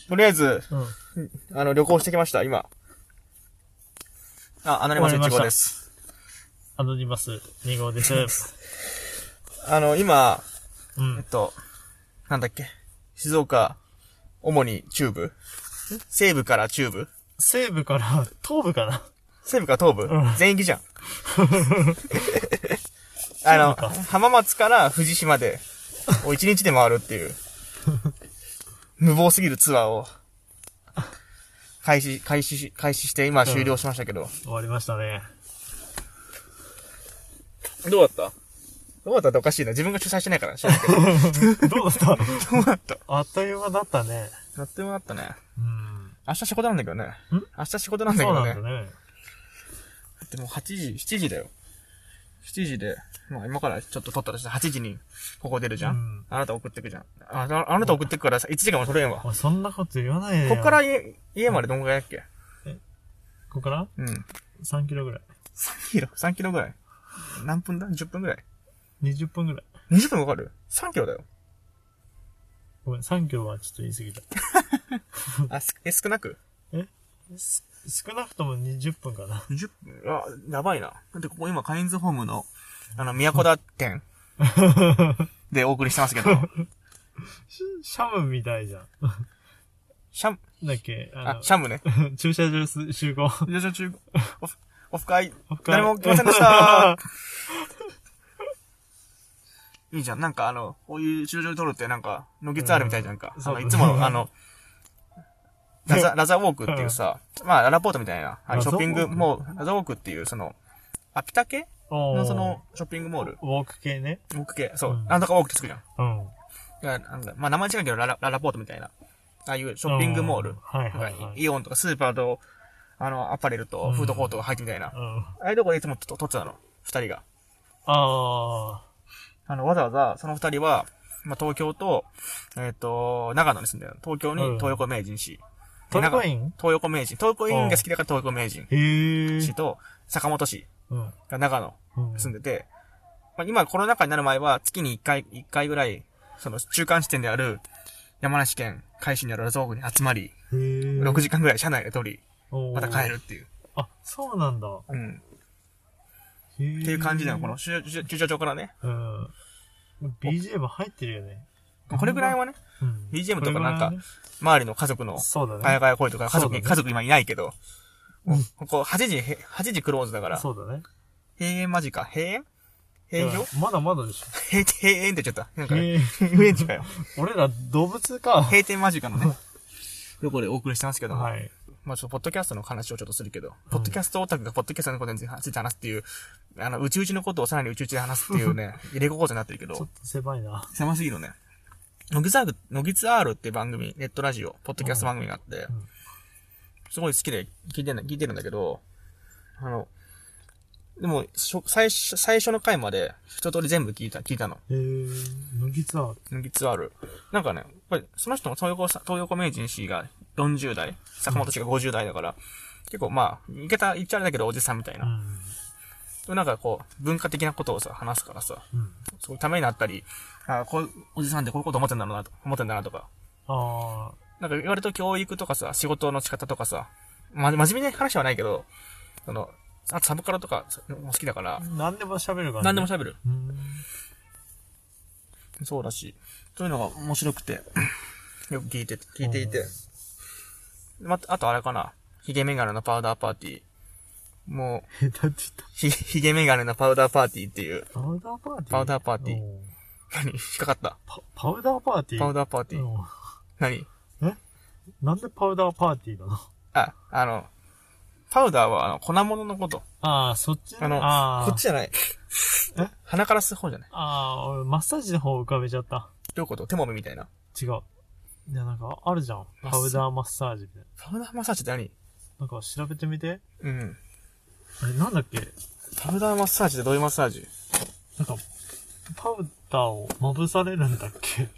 とりあえず、旅行してきました、今。アノニマス1号です。 アノニマス2号です。 今、なんだっけ、静岡、主に中部西部から中部西部から東部かな西部から東部、全域じゃん。浜松から富士市まで、1日で回るっていう、無謀すぎるツアーを、開始して、今終了しましたけど。 終わりましたね。 どうだったっておかしいな。自分が主催してないから知らないけど。 どうだったあっという間だったね。 あっという間だったね。明日仕事なんだけどね。明日仕事なんだけどね。 そうなんだね。 でも7時だよ。7時で、まあ今からちょっと撮ったとして8時にここ出るじゃん。あなた送ってくじゃん。あなた送ってくからさ、1時間も取れんわ。 そんなこと言わないでよ。 こっから家までどんぐらいだっけ？ ここから3キロぐらい。 3キロぐらい。何分だ ?10 分ぐらい。 20分ぐらい。 20分かかる ?3 キロだよ。 ごめん、3キロはちょっと言い過ぎた。 少なく少なくとも20分かな。 20分やばいな。だってここ今、カインズホームの、都田店でお送りしてますけど。 シャムみたいじゃん。だっけシャムね。 駐車場集合。 オフ会。誰も来ませんでしたいいじゃん。なんかこういう駐車場で撮るってなんか、野月あるみたいじゃんか。いつもラザウォークっていうさ、まあ、ララポートみたいな、ショッピングモール、ラザウォークっていうピタ系のショッピングモール。 ウォーク系ね。 ウォーク系、そう。なんとかウォークってつくじゃん。まあ、名前違うけど、ララポートみたいな。ああいうショッピングモール。イオンとかスーパーと、アパレルとフードコートが入ってみたいな。ああいうとこでいつも撮ってたの。二人が。わざわざ、その二人は、まあ、東京と、長野に住んでる。東京に東横名人氏。 東横イン東横インが好きだから東横名人氏と、坂本氏が長野住んでて、まあ、今コロナ禍になる前は月に1回ぐらい、その中間地点である山梨県海市にあるラザウォークに集まり、6時間ぐらい車内で撮り、また帰るっていう。 そうなんだ。 っていう感じなの、この駐車場からね。 BGM 入ってるよね。 これぐらいはね、BGM とかなんか、周りの家族の、あやかや声とか、家族今いないけど、ここ8時クローズだから。 そうだね。 閉園間近閉園閉業まだまだでしょ。 閉園って言っちゃった。なんか、遊園地かよ。 俺ら動物か。 閉店間近のね、とこでお送りしてますけども。 はい。 まあちょっとポッドキャストの話をちょっとするけど、ポッドキャストオタクがポッドキャストのことについて話すっていう、うちのことをさらにうちで話すっていうね、入れ子構造になってるけど。 ちょっと狭いな。 狭すぎるね。ノギツアールって番組、ネットラジオ、ポッドキャスト番組があって、すごい好きで聞いてるんだけど、でも、最初の回まで一通り全部聞いたの。 ノギツアール。 なんかね、やっぱりその人の東横名人氏が40代、坂本氏が50代だから、結構まあ、言っちゃあれだけどおじさんみたいな。なんかこう、文化的なことをさ、話すからさ、すごいためになったり、おじさんってこういうこと思ってんだなとか。なんか言われると教育とかさ、仕事の仕方とかさ、真面目な話はないけど、あとサブカルとかも好きだから。 何でも喋るからね。 何でも喋る。そうだし、そういうのが面白くて、よく聞いていて。あとあれかな、ヒゲメガネのパウダーパーティー。もう、ヒゲメガネのパウダーパーティーっていう。 パウダーパーティー何引っかかったパウダーパーティー何なんでパウダーパーティーなのパウダーは粉物のこと。 そっちこっちじゃない。鼻から吸う方じゃない。 俺マッサージの方浮かべちゃった。 どういうこと手もみみたいな。 違う。いや、なんかあるじゃん。パウダーマッサージみたいな。 パウダーマッサージって何？ なんか調べてみて。なんだっけ？ パウダーマッサージってどういうマッサージ？ なんか、パウダーをまぶされるんだっけ？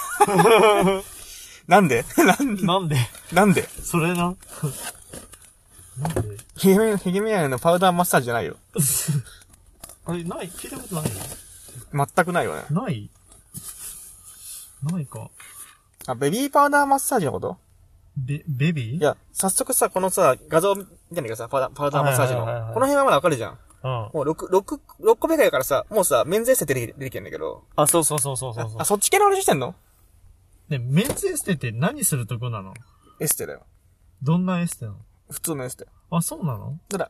なんでそれな。なんでヒゲメガネのパウダーマッサージじゃないよ。 あれ、聞いたことない全くないよね。 ないか。 ベビーパウダーマッサージのこと？ ベビー？ いや、早速さ、このさ、画像見てんだけどさ、パウダーマッサージの。この辺はまだわかるじゃん。 うん。 もう6個目ぐらいからさ、もうさ、メンズエステ出てきてんだけど。 あ、そう。そっち系の話してんの？ ね、メンズエステって何するとこなの？ エステだよ。 どんなエステなの？ 普通のエステ。 あ、そうなの？ ただ、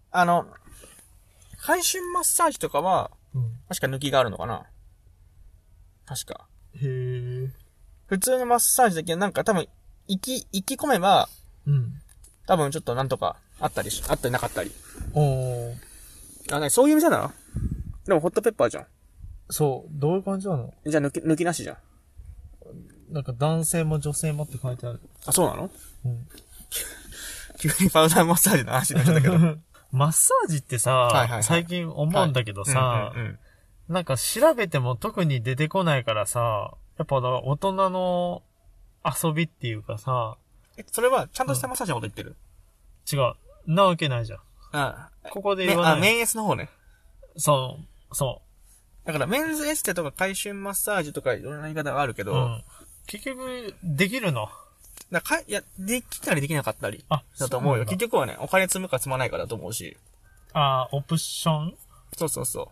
回春マッサージとかは、確か抜きがあるのかな？確か。 へー。 普通のマッサージだけど、なんか多分、息込めば、多分ちょっとなんとかあったりなかったり。そういう店なの？でもホットペッパーじゃん。 そう、どういう感じなの？ じゃあ抜きなしじゃん。 なんか男性も女性もって書いてある。 あ、そうなの？急にパウダーマッサージの話になっちゃったけど。 マッサージってさ、最近思うんだけどさ、なんか調べても特に出てこないからさ、やっぱ大人の遊びっていうかさ。 それはちゃんとしたマッサージのこと言ってる？ 違う。なわけないじゃん。ここで言わない。 メンエスの方ね。 そう。 だからメンズエステとか回春マッサージとかいろんな言い方があるけど、 結局、できるの？ いや、できたりできなかったり。だと思うよ。結局はね、お金積むか積まないかだと思うし。 オプション？ そう。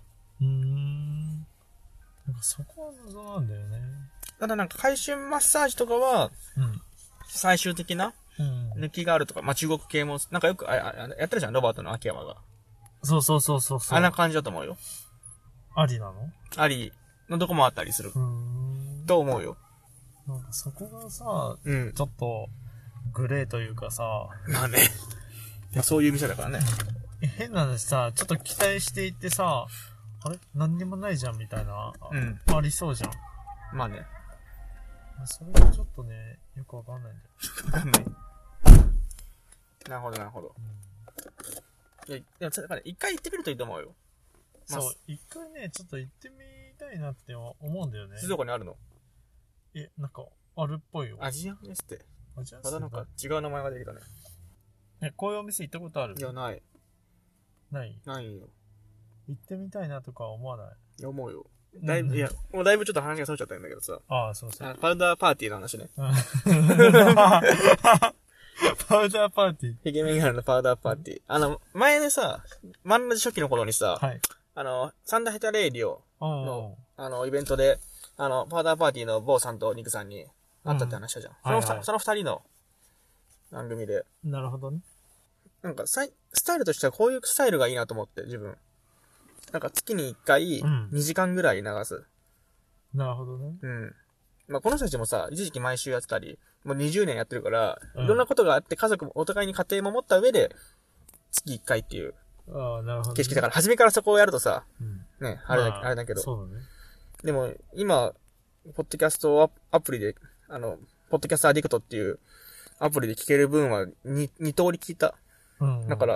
そこは謎なんだよね。 ただなんか回春マッサージとかは、最終的な抜きがあるとか、まあ、中国系も、なんかよく、やってるじゃん、ロバートの秋山が。 そう。 あんな感じだと思うよ。 ありなの？ ありのどこもあったりする。と思うよ。 なんかそこがさ、ちょっと、グレーというかさ。 まあね。いや、そういう店だからね。 変な話さ、ちょっと期待していってさ、あれ何にもないじゃんみたいな。ありそうじゃん。 まあね。 それがちょっとね、よくわかんないんだよ。 わかんない。なるほど。いや、でも、だから一回行ってみるといいと思うよ。 そう、一回ね、ちょっと行ってみたいなって思うんだよね。 静岡にあるの？ なんか、あるっぽいよ。 アジアンエステ。またなんか違う名前が出てきたね。 こういうお店行ったことある？ いや、ない。 ないよ。 行ってみたいなとか思わない？ いや、思うよ。いや、もうだいぶちょっと話がそれちゃったんだけどさ。 そう。 パウダーパーティーの話ね。 パウダーパーティー。 ヒゲメガネのパウダーパーティー。前でさ、マンラジ初期の頃にさ、サンダーヘタレイディオの、イベントで、パウダーパーティーの坊さんとニクさんに会ったって話したじゃん。その二人の番組で。 なるほどね。 なんか、スタイルとしてはこういうスタイルがいいなと思って、自分。なんか月に1回、2時間ぐらい流す。 なるほどね。 まあ、この人たちもさ、一時期毎週やってたり、もう20年やってるから、いろんなことがあって、家族もお互いに家庭も持った上で、月1回っていう、 なるほど、 景色だから、初めからそこをやるとさ、ね、あれだけど。 そうだね。 でも、今、ポッドキャストアプリで、ポッドキャストアディクトっていうアプリで聞ける分は2通り聞いた。だから、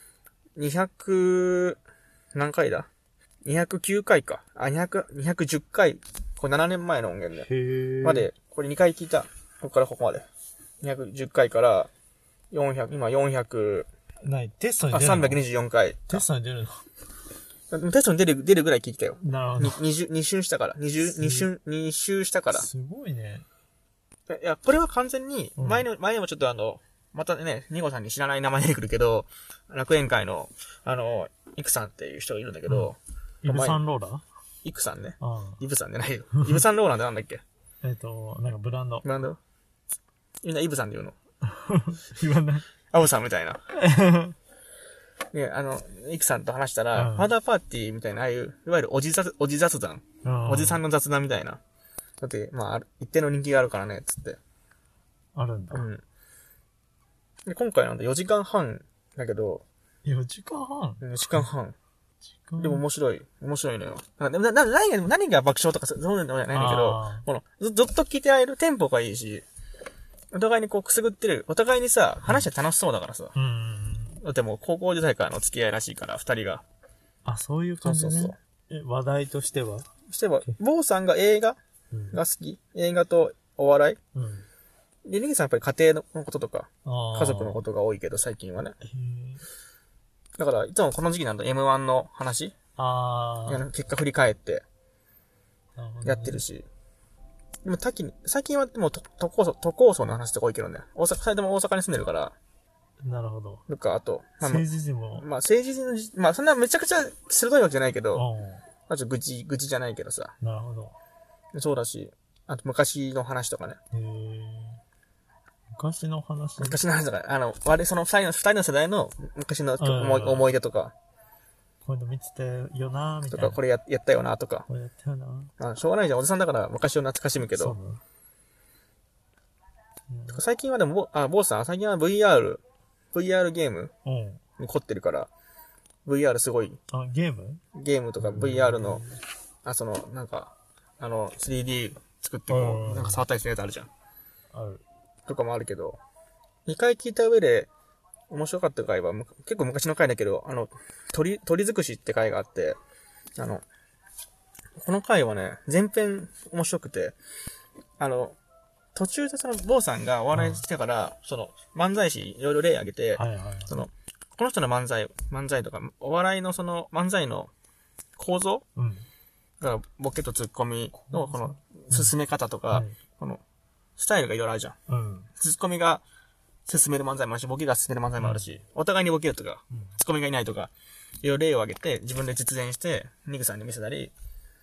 何回だ ?209 回か。210回。これ7年前の音源で。まで、これ2回聞いた。ここからここまで。210回から、今400。 テストに出るの 324回。 テストに出るのテストに出るぐらい聞いたよ。 なるほど。 2周したから。2周したから。 すごいね。 いや、これは完全に、前にもちょっとまたね、ニゴさんに知らない名前出てくるけど、楽園会の、イクさんっていう人がいるんだけど、 イブサンローラー？ イクさんね。イブさんじゃないよ。イブサンローラーってなんだっけ？ なんかブランド。 みんなイブさんで言うの。 言わない。 アブさんみたいな。ね、イクさんと話したら、ファーダーパーティーみたいな、ああいう、いわゆるおじ雑談。おじさんの雑談みたいな。だって、まあ、一定の人気があるからね、つって。 あるんだ。 で今回4時間半だけど。 4時間半 ?4 時間半。でも面白いのよ。何が爆笑とかそういうのじゃないんだけど、ずっと聞いてられるテンポがいいし、お互いにこうくすぐってる。お互いにさ、話して楽しそうだからさ。だってもう高校時代からの付き合いらしいから、二人が。 そういう感じね。そう話題としては坊さんが映画が好き。映画とお笑い。で、リギさんやっぱり家庭のこととか、家族のことが多いけど、最近はね。だから、いつもこの時期なんだ M1 の話結果振り返って、やってるし。 でも最近はでも都構想の話とか多いけどね。二人とも大阪に住んでるから。 なるほど。 なんか、あと、 政治人も。 まあ政治人、まあそんなめちゃくちゃ鋭いわけじゃないけど、まあちょっと愚痴じゃないけどさ。 なるほど。 そうだし、あと昔の話とかね。 昔の話とか、 その二人の世代の昔の思い出とか。 こういうの見てたよなみたいな。 とか、これやったよなとか。 これやったよな。 まあ、しょうがないじゃん。おじさんだから昔を懐かしむけど。最近はでも、坊さん、最近は VR ゲームに凝ってるから、VR すごい。 ゲームとか VR の、なんか、3D 作ってこう、なんか触ったりするやつあるじゃん。 ある。 とかもあるけど、2回聞いた上で、面白かった回は、結構昔の回だけど、鳥尽くしって回があって、この回はね、全編面白くて、途中で坊さんがお笑いしてから、漫才師いろいろ例挙げて、この人の漫才とか、お笑いの漫才の構造が、ボケとツッコミのこの進め方とか、このスタイルがいろいろあるじゃん。ツッコミが進める漫才もあるし、ボケが進める漫才もあるし、お互いにボケるとか、ツッコミがいないとか、いろいろ例を挙げて、自分で実演して、ニグさんに見せたり、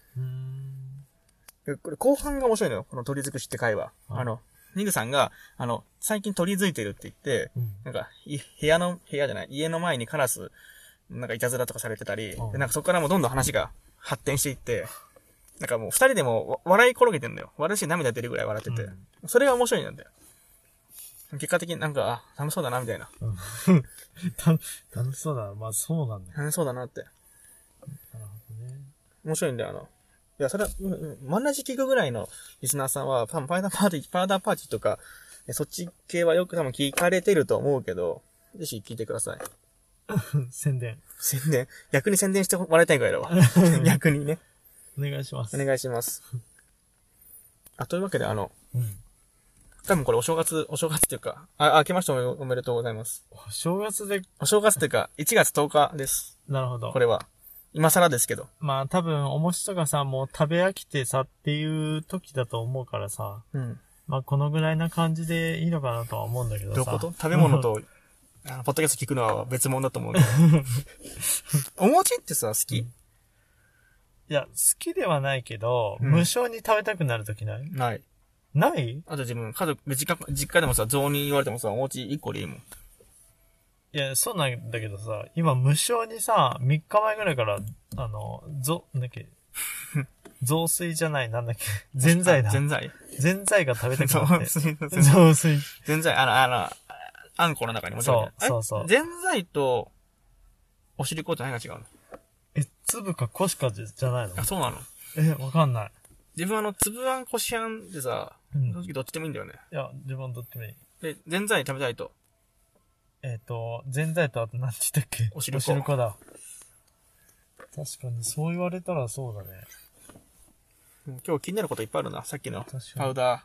これ後半が面白いのよ、この鳥尽くしって回は。ニグさんが、最近鳥づいてるって言って、なんか、家の前にカラス、なんかいたずらとかされてたり、でなんかそこからもうどんどん話が発展していって、なんかもう二人でも笑い転げてんだよ。笑うし涙出るぐらい笑ってて。それが面白いんだよ。結果的になんか、楽しそうだな、みたいな。 楽しそうだな。まあそうなんだよ。 楽しそうだなって。 なるほどね。 面白いんだよ、いや、それは、同じ聞くぐらいのリスナーさんは、多分パウダーパーティーとか、そっち系はよく多分聞かれてると思うけど、ぜひ聞いてください。 宣伝。 逆に宣伝してもらいたいぐらいだわ。逆にね。 お願いします。 お願いします。というわけで多分これお正月っていうか、明けましておめでとうございます。 お正月っていうか、1月10日です。 なるほど。 これは。今更ですけど。 まあ多分、お餅とかさ、もう食べ飽きてさっていう時だと思うからさ。まあこのぐらいな感じでいいのかなとは思うんだけどさ。 どういうこと？食べ物と、ポッドキャスト聞くのは別物だと思うけど。お餅ってさ、好き？ いや、好きではないけど、無性に食べたくなる時ない？ない？ あと自分、実家でもさ、雑に言われてもさ、お餅1個でいいもん。 いや、そうなんだけどさ、今無性にさ、3日前ぐらいから、なんだっけ、雑炊じゃない、なんだっけ、ぜんざいだ。ぜんざいが食べたくなって。雑炊。 ぜんざい、あんこの中にもちろん。 そう。 ぜんざいと、おしりこって何が違うの？ 粒かこしかじゃないの？ そうなの？ わかんない。 自分粒あんこしあんってさ、正直どっちでもいいんだよね。 いや、自分どっちもいい。 で、ぜんざい食べたいと。 ぜんざいとあと何て言ったっけ？ おしるこだ。確かに、そう言われたらそうだね。 今日気になることいっぱいあるな。さっきの。パウダ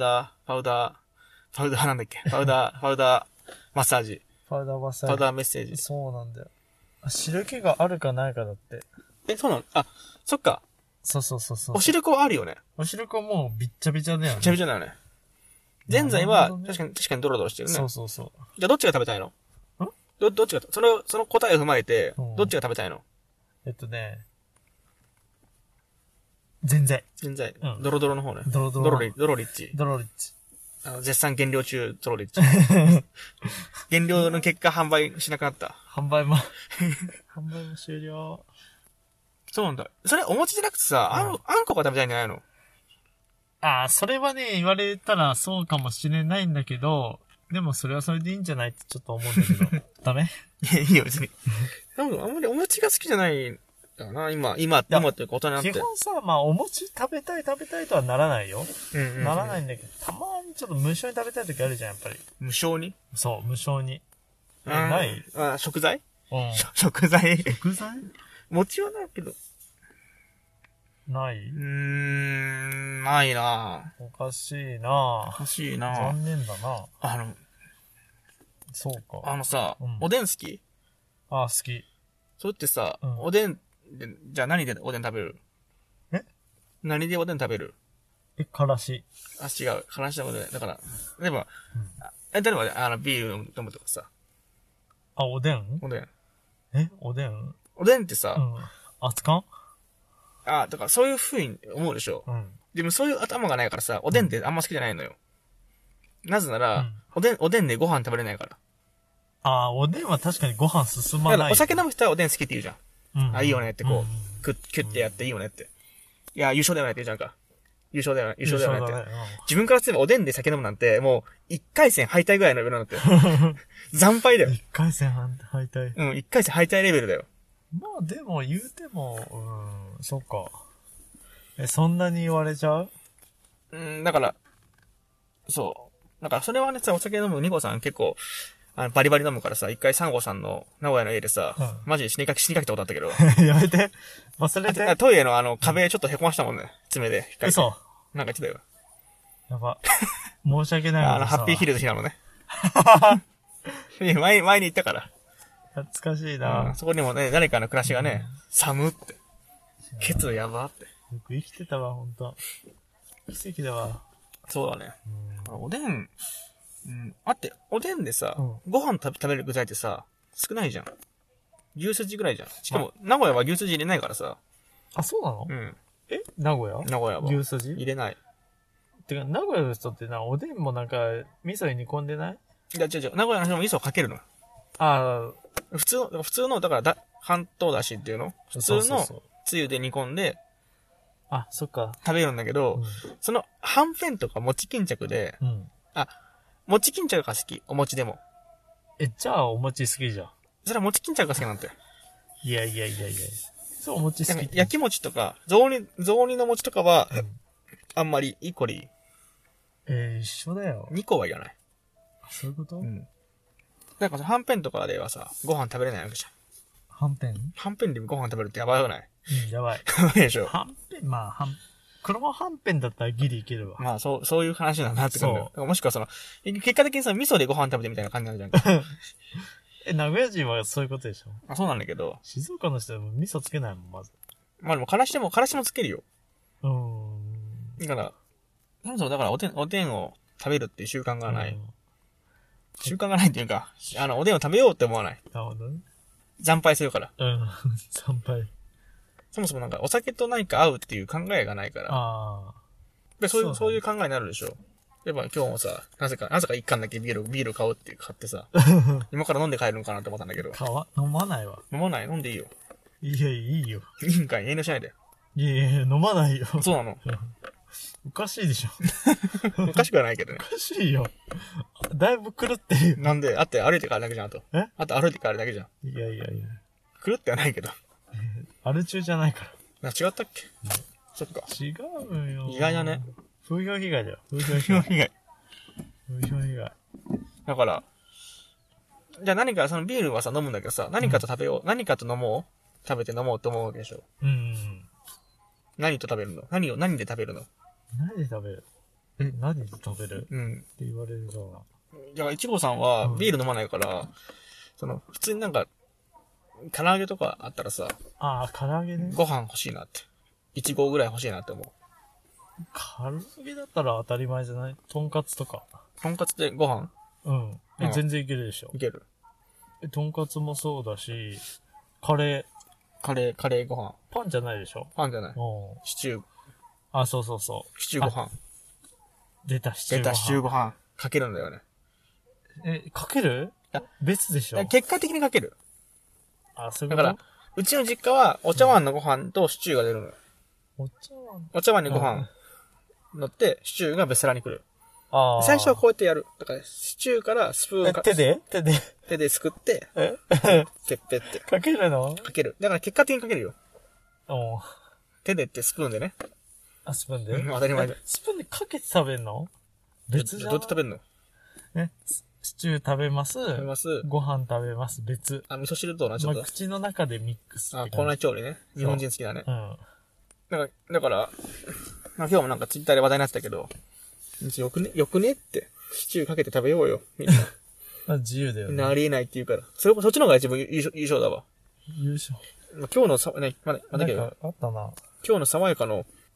ーなんだっけ？パウダーマッサージ。 パウダーマッサージ。 パウダーメッセージ。 そうなんだよ。汁気があるかないかだって。 そうなの？そっか。 そう。 おしるこはあるよね。 おしるこもうびっちゃびちゃだよね。 びっちゃびちゃだよね。ぜんざいは、確かにドロドロしてるね。 そう。じゃあどっちが食べたいの？どっちが、その答えを踏まえて、どっちが食べたいの？ ぜんざい。 ドロドロの方ね。ドロリッチ。絶賛減量中、ドロリッチ。減量の結果販売しなくなった。 販売も終了。 そうなんだ。それお餅じゃなくてさ、あんこが食べたいんじゃないの？ それはね、言われたらそうかもしれないんだけど、でもそれはそれでいいんじゃないってちょっと思うんだけど。ダメ？ いいよ、別に。でもあんまりお餅が好きじゃないんだな、今っていうか大人になって。 基本さ、お餅食べたいとはならないよ。ならないんだけど、たまにちょっと無性に食べたい時あるじゃん、やっぱり。 無性に？ そう、無性に。ない？ 食材？ 食材？ 餅はないけど。 ない？ ないな。 おかしいな。残念だな。そうか。 さ、おでん好き？ 好き。 それってさ、おでんで、じゃあ何でおでん食べる？何でおでん食べる？ からし。 あ、違う。からしのことね。だから、例えば、例えば、ビール飲むとかさ。 あ、おでん？ おでん。 おでん？ おでんってさ、 熱燗？ だからそういう風に思うでしょ。でもそういう頭がないからさ、おでんってあんま好きじゃないのよ。なぜなら、おでんでご飯食べれないから。 おでんは確かにご飯進まない。だからお酒飲む人はおでん好きって言うじゃん。いいよねってこう、キュッてやっていいよねって。いや、優勝だよねって言うじゃんか。優勝だよねって。自分からすればおでんで酒飲むなんて、もう、1回戦敗退ぐらいのレベルなんだって。惨敗だよ。 1回戦敗退。 1回戦敗退レベルだよ。 まあでも言うても、そっか。そんなに言われちゃう？ だから、そう。だからそれはね、お酒飲むニコさん結構、バリバリ飲むからさ、一回サンゴさんの名古屋の家でさ、マジで死にかけたことあったけど。 やめて。忘れて。 トイレの壁ちょっと凹ましたもんね。爪で。 嘘。 なんか言ってたよ。 やば。申し訳ない。 ハッピーヒルズ日なのね。前に言ったから。 懐かしいな。 そこにもね、誰かの暮らしがね、寒って。ケツやばって。 よく生きてたわ、ほんと。奇跡だわ。 そうだね。おでん、おでんでさ、ご飯食べる具材ってさ、少ないじゃん。牛すじぐらいじゃん。しかも、名古屋は牛すじ入れないからさ。 あ、そうなの？名古屋は。 牛すじ入れない。 てか、名古屋の人っておでんもなんか、味噌に煮込んでない？ いや、違う。名古屋の人も味噌をかけるの。普通の、だから関東だしっていうの普通のつゆで煮込んで、 そっか。 食べるんだけど、その、はんぺんとか餅巾着で、餅巾着が好き。お餅でも。 じゃあお餅好きじゃん。 それは餅巾着が好きなんて。 いや。そう、お餅好き。 焼き餅とか、雑煮の餅とかは、あんまり1個でいい。 一緒だよ。 2個はいらない。 そういうこと？ なんかはんぺんとかではさ、ご飯食べれないわけじゃん。 はんぺんでご飯食べるってやばいよね。 やばい。 やばいでしょ。 はんぺん、黒はんぺんだったらギリいけるわ。 まあ、そういう話なんだってくるんだよ。もしくは結果的に味噌でご飯食べてみたいな感じになるじゃん。 名古屋人はそういうことでしょ？ そうなんだけど。 静岡の人は味噌つけないもん、まず。 まあでも、からしもつけるよ。だから、だからおでんを食べるっていう習慣がない。習慣がないっていうか、おでんを食べようって思わない。 なるほどね。 惨敗するから。 惨敗。 そもそもなんかお酒と何か合うっていう考えがないから。そういう考えになるでしょ。例えば今日もさ、なぜか一缶だけビール買うって買ってさ、今から飲んで帰るのかなって思ったんだけど。 飲まないわ。 飲まない？飲んでいいよ。 いや、いいよ。 いいんかい？遠慮しないで。 いや、飲まないよ。 そうなの？ おかしいでしょ。 おかしくはないけどね。 おかしいよ。だいぶ狂ってるよ。 なんで、歩いて帰るだけじゃん、あと歩いて帰るだけじゃん。 いや。 狂ってはないけど。 アル中じゃないから。違ったっけ？そっか。 違うよ。 意外だね。 風評被害だよ。 風評被害。だから、じゃあ何かそのビールはさ飲むんだけどさ、何かと食べよう。何かと飲もう。食べて飲もうと思うわけでしょ。何と食べるの？何で食べるの？ 何で食べる？何で食べる？って言われるぞ。 じゃあ、いちごさんはビール飲まないから、普通になんか、唐揚げとかあったらさ、 唐揚げね。 ご飯欲しいなって。1合ぐらい欲しいなって思う。 唐揚げだったら当たり前じゃない？とんかつとか。 とんかつでご飯？ 全然いけるでしょ。 いける。 とんかつもそうだし、カレーご飯。 パンじゃないでしょ？ パンじゃない。シチュー。 そう。 シチューご飯。 出た、シチューご飯。かけるんだよね。 かける？別でしょ？ 結果的にかける。 そういうこと？ だから、うちの実家はお茶碗のご飯とシチューが出るのよ。お茶碗にご飯乗って、シチューが別皿に来る。最初はこうやってやる。だから、シチューからスプーンか。 手ですくって、ペッペって。 かけるの？ かける。だから結果的にかけるよ。手でってスプーンでね。 スプーンで？ 当たり前で。 スプーンでかけて食べんの？別じゃん。 どうやって食べんの？ シチュー食べます。ご飯食べます。別。 味噌汁と同じだ。 口の中でミックス。 口内調理ね。日本人好きだね。だから、今日もなんかツイッターで話題になってたけど、よくねって、シチューかけて食べようよ、みんな。 自由だよね。 ありえないって言うから。そっちの方が自分優勝だわ。 優勝。 今日のまだけど。 あったな。 今日の爽やかの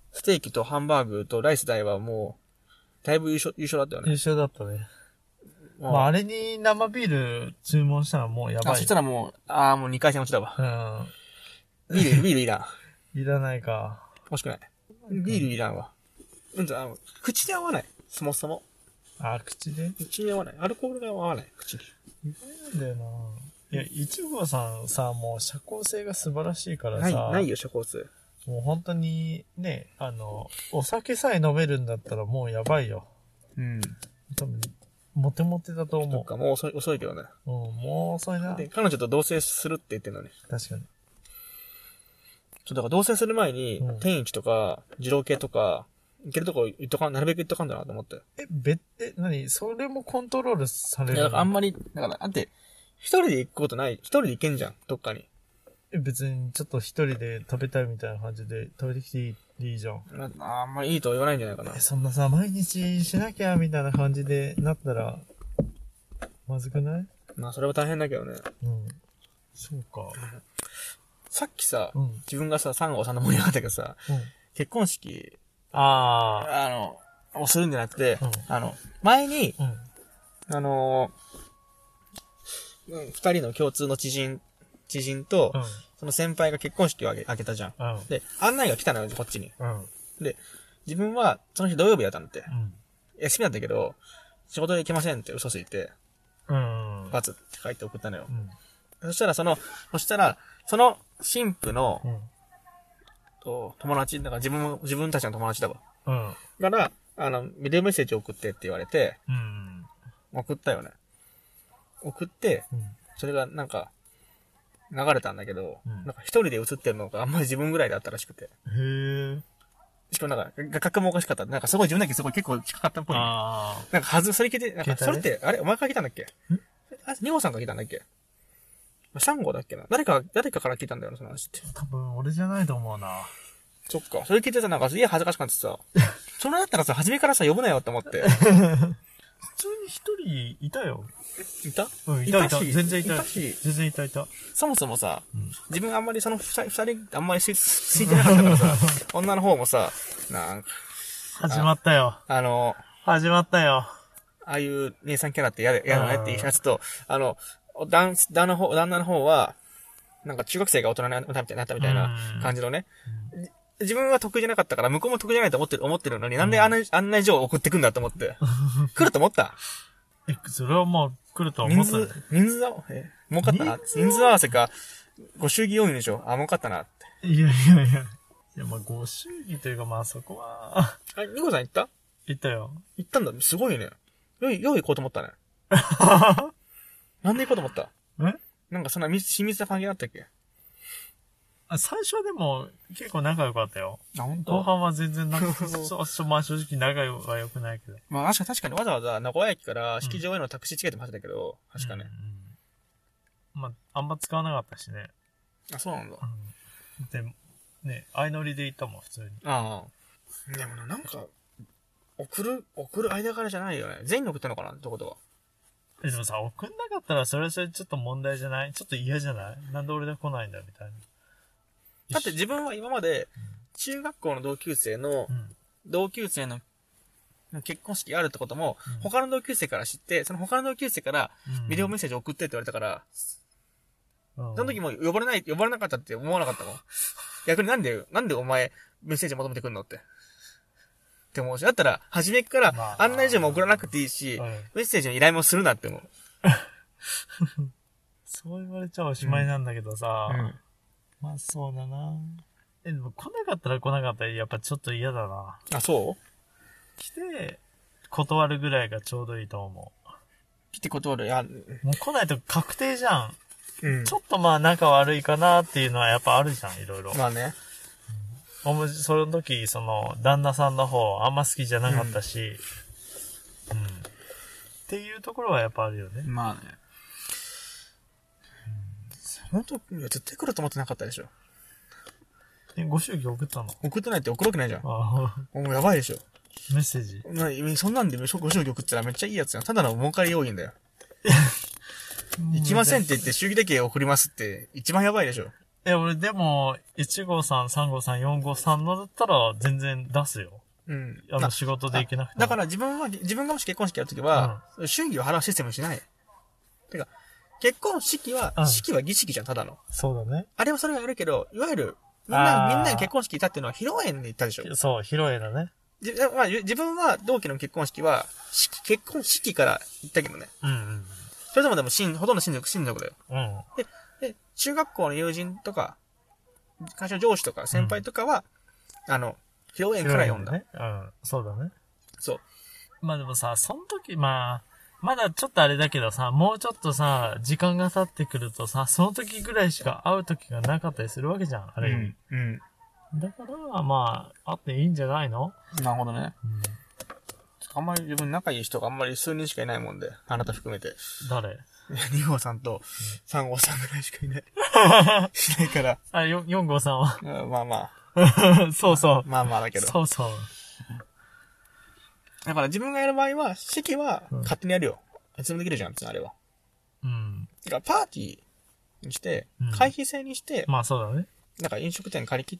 ステーキとハンバーグとライス代はもう、だいぶ優勝だったよね。 優勝だったね。まあ、あれに生ビール注文したらもうやばい。 そしたらもう、もう2回戦落ちだわ。ビールいらん。いらないか。 欲しくない。ビールいらんわ。口で合わない。そもそも。 口で合わない。アルコールが合わない。口に。 意外なんだよな。いや、一号さんさ、もう社交性が素晴らしいからさ。 ないよ、社交性。 もう本当に、ね、お酒さえ飲めるんだったらもうやばいよ。 うん。 多分、モテモテだと思う。 そっか、もう遅いけどね。 もう遅いな。 で、彼女と同棲するって言ってんのね。 確かに。 だから同棲する前に、天一とか、二郎系とか、行けるとこなるべく行っとかんだなと思って。 何それもコントロールされるの？ いや、あんまり、だから、一人で行くことない。一人で行けんじゃん、どっかに。 別にちょっと一人で食べたいみたいな感じで食べてきていいじゃん。 あんまりいいとは言わないんじゃないかな。 そんなさ、毎日しなきゃみたいな感じでなったら、まずくない？ それは大変だけどね。 そうか。 さっきさ、自分がさ、3号さんの盛り上がったけどさ、結婚式、をするんじゃなくて、前に、二人の共通の知人と、その先輩が結婚式を挙げたじゃん。で、案内が来たのよ、こっちに。で、自分は、その日土曜日だったんだって。休みだったけど、仕事で行けませんって嘘ついて、バツって書いて送ったのよ。そしたら、その神父の、友達、だから自分たちの友達だわ。から、ビデオメッセージ送ってって言われて、送ったよね。送って、それがなんか、流れたんだけど、なんか一人で映ってるのがあんまり自分ぐらいだったらしくて。しかもなんか、画角もおかしかった。なんかすごい自分だけすごい結構近かったっぽい。なんかそれ聞いて、なんかそれって、お前から聞いたんだっけ2号さんから聞いたんだっけ3号だっけな誰かから聞いたんだよな、その話って。 多分俺じゃないと思うな。 そっか。それ聞いてさ、なんかすげえ恥ずかしかったさ。それだったらさ、初めからさ、呼ぶなよって思って。 普通に一人いたよ。 いた？ いた。全然いた。 全然いた。 そもそもさ、自分あんまりその二人、あんまりついてなかったからさ、女の方もさ、なんか。 始まったよ。始まったよ。 ああいう姉さんキャラって嫌だねっていうやつと、旦那の方は、なんか中学生が大人になったみたいな感じのね。自分は得意じゃなかったから、向こうも得意じゃないと思ってるのに、なんで案内状を送ってくんだと思って。来ると思った？ それはまあ、来ると思った。 人数儲かったな。人数合わせか、ご祝儀要員でしょ。儲かったなって。 いや、まあ、ご祝儀というか、まあ、そこは。 ニコさん行った？ 行ったよ。 行ったんだ。すごいね。よい行こうと思ったね。なんで行こうと思った？なんかそんな親密な関係あったっけ？ 最初はでも結構仲良かったよ。 本当？ 後半は全然まあ正直仲は良くないけど。 まあ確かにわざわざ名古屋駅から式場へのタクシーチケットも入ってたけど、確かね。 まあ、あんま使わなかったしね。 そうなんだ。 で、ね、相乗りで行ったもん、普通に。 でもなんか、送る間柄じゃないよね。全員に送ったのかなってことは。 でもさ、送んなかったらそれちょっと問題じゃない？ちょっと嫌じゃない？なんで俺で来ないんだみたいな。 だって自分は今まで、中学校の同級生の結婚式あるってことも、他の同級生から知って、その他の同級生からビデオメッセージ送ってって言われたから、その時も呼ばれなかったって思わなかったもん。逆になんでお前メッセージ求めてくんのって。って思うし、だったら、初めから案内状も送らなくていいし、メッセージの依頼もするなって思う。 そう言われちゃおしまいなんだけどさ、まあそうだな。でも来なかったら来なかったらやっぱちょっと嫌だな。 そう来て、断るぐらいがちょうどいいと思う。 来て断る。 もう来ないと確定じゃん。ちょっとまあ仲悪いかなっていうのはやっぱあるじゃん、いろいろ。 まあね。 その時、旦那さんの方あんま好きじゃなかったし、っていうところはやっぱあるよね。 まあね。本当絶対来ると思ってなかったでしょ。 ご祝儀送ったの？ 送ってないって送るわけないじゃん。もうやばいでしょ。 メッセージ？ そんなんでご祝儀送ったらめっちゃいいやつやん。ただの儲かり要因だよ。行きませんって言って祝儀だけ送りますって一番やばいでしょ。 俺でも、1号さん、3号さん、4号さんのだったら全然出すよ。 うん。 仕事で行けなくて。 だから自分がもし結婚式やるときは、祝儀を払うシステムしない。てか、結婚式は、式は儀式じゃん、ただの。 そうだね。 あれはそれがあるけど、いわゆる、みんなに結婚式行ったっていうのは披露宴に行ったでしょ。 そう、披露宴だね。 自分は同期の結婚式は、結婚式から行ったけどね。 うんうん。 それでもほとんど親族だよ。 うん。 で、中学校の友人とか、会社上司とか先輩とかは、披露宴から読んだ。 ね。うん、そうだね。 そう。 まあでもさ、その時、まだちょっとあれだけどさ、もうちょっとさ、時間が経ってくるとさ、その時ぐらいしか会う時がなかったりするわけじゃん、あれ。 うん。 だから、まあ、会っていいんじゃないの？ なるほどね。あんまり自分仲いい人があんまり数人しかいないもんで、あなた含めて。 誰 ？2号さんと3号さんぐらいしかいない。しないから。 4号さんは。 まあまあ。そうそう。 まあまあだけど。 そうそう。 だから自分がやる場合は、式は勝手にやるよ。いつでもできるじゃん、あれは。 うん。 だからパーティーにして、会費制にして、 まあそうだね。 なんか飲食店借り切って、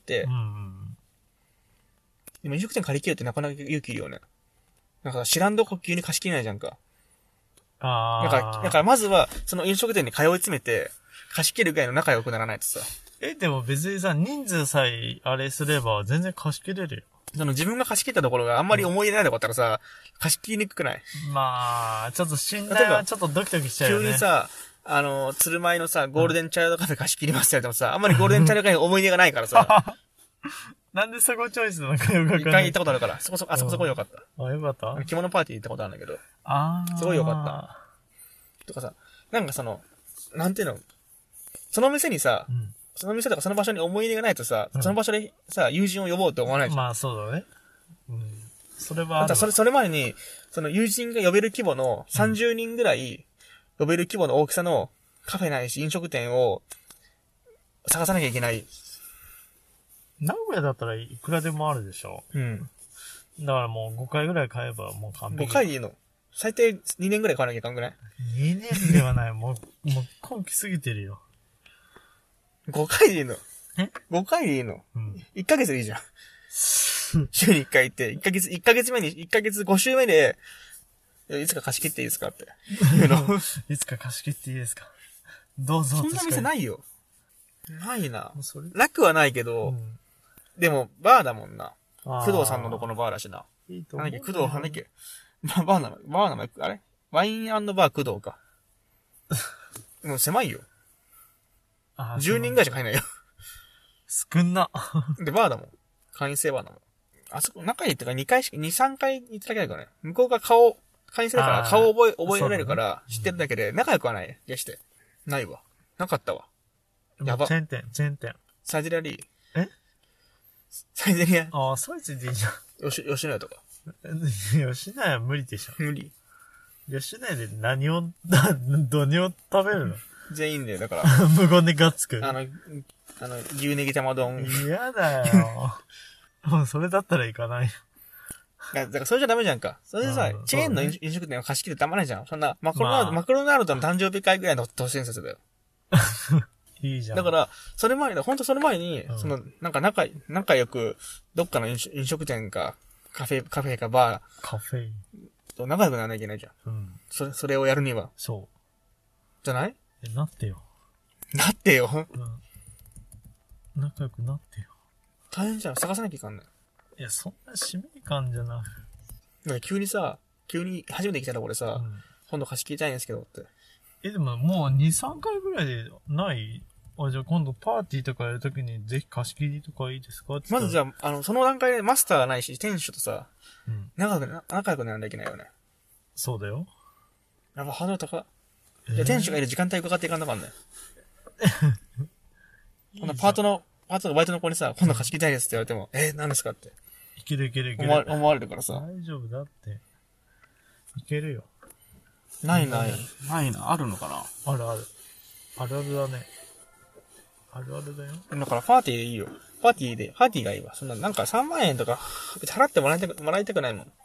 でも飲食店借り切るってなかなか勇気いるよね。なんか知らんどこ急に貸し切れないじゃんか。だからまずは、その飲食店に通い詰めて、貸し切るぐらいの仲良くならないとさ。 でも別にさ、人数さえあれすれば全然貸し切れるよ。 自分が貸し切ったところがあんまり思い入れないとこだったらさ、貸し切りにくくない？ まあ、ちょっと信頼はちょっとドキドキしちゃうよね。 急にさ、鶴舞のさ、ゴールデンチャイルドカフェ貸し切りますって言われてもさ、あんまりゴールデンチャイルドカフェに思い出がないからさ。 なんでそこチョイスなのかよくわかんない。 一回行ったことあるから、あそこよかった。 よかった？ 着物パーティー行ったことあるんだけど。すごいよかった。とかさ、なんかなんていうの、その店にさ、その店とかその場所に思い入れがないとさ、その場所でさ、友人を呼ぼうって思わないじゃん。 まあそうだね。それはある。 それまでに、その友人が呼べる規模の30人ぐらい呼べる規模の大きさのカフェないし飲食店を探さなきゃいけない。 名古屋だったらいくらでもあるでしょ。だからもう5回ぐらい買えばもう完璧。 5回でいいの？最低2年ぐらい買わなきゃいかんぐらい？ 2 年ではない。もう今期過ぎてるよ。 5回でいいの？5回でいいの？1ヶ月でいいじゃん。週に1回行って、1ヶ月5週目で、いつか貸し切っていいですかって。 いつか貸し切っていいですか？どうぞ。 そんな店ないよ。ないな。楽はないけど、でも、バーだもんな。工藤さんのとこのバーだしな。 いいと思う。 工藤、なんだっけバーナム、あれワイン&バー工藤か。もう狭いよ。10人ぐらいしか入んないよ。 少んな。 で、バーだもん。会員制バーだもん。あそこ、仲いいってか2、3回行っただけだからね。向こうが会員制だから顔を覚えられるから、知ってるだけで仲良くはない。決して。ないわ。なかったわ。やば。 チェーン店。 サイゼリアリー。 サイゼリア。 サイゼでいいじゃん。 吉野家とか。 吉野家は無理でしょ。 無理。 吉野家で何を食べるの？ 全員で、だから。 無言でガッツく。 牛ネギ玉丼。 嫌だよ。もうそれだったら行かない。 だからそれじゃダメじゃんか。それでさ、チェーンの飲食店を貸し切るたまないじゃん。そんな、マクロナルドの誕生日会ぐらいの都市伝説だよ。 いいじゃん。 だから、それ前に、なんか仲良く、どっかの飲食店か、カフェかバーと仲良くならなきゃいけないじゃん。それをやるには。 そう。 じゃない？ なってよ。 なってよ。 仲良くなってよ。 大変じゃん。探さなきゃいかんない。 いや、そんな使命感じゃない。なんか急に初めて来たところでさ、今度貸し切りたいんですけどって。 でももう2、3回ぐらいでない？じゃあ今度パーティーとかやるときにぜひ貸し切りとかいいですか？ まずじゃあ、その段階でマスターがないし、店主とさ、仲良くならなきゃいけないよね。 そうだよ。 やっぱハードル高い。じゃあ店主がいる時間帯伺っていかんなかんね。このバイトの子にさ、今度貸し切りたいですって言われても、何ですかって。 いける。 思われるからさ。 大丈夫だって。いけるよ。 ないな。あるのかな？ ある。あるだね。あるだよ。 だからパーティーでいいよ。パーティーがいいわ。そんな、なんか3万円とか、払ってもらいたくないもん。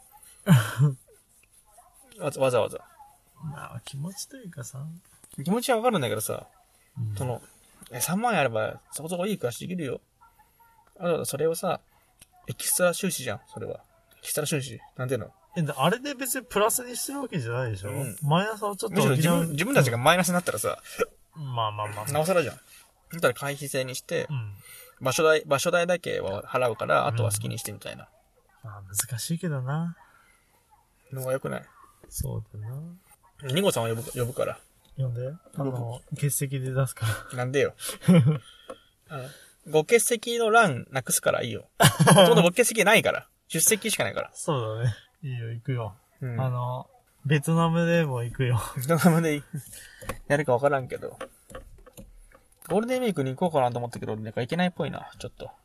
わざわざ。 まあ、気持ちというかさ。 気持ちはわかるんだけどさ、 3万円あれば、そこそこいい暮らしできるよ。それをさ、エキストラ収支じゃん、それは。エキストラ収支なんていうの？ あれで別にプラスにしてるわけじゃないでしょ、マイナスをちょっと。 むしろ自分たちがマイナスになったらさ、 まあ。 なおさらじゃん。だったら回避制にして、場所代だけは払うから、あとは好きにしてみたいな。 まあ難しいけどな。 のが良くない？ そうだな。 ニゴさんは呼ぶから。 呼んで。欠席で出すから。なんでよ。ご欠席の欄なくすからいいよ。ほとんどご欠席ないから。出席しかないから。 そうだね。いいよ、行くよ。ベトナムでも行くよ。 ベトナムでやるかわからんけど。ゴールデンウィークに行こうかなと思ったけど、なんか行けないっぽいな、ちょっと。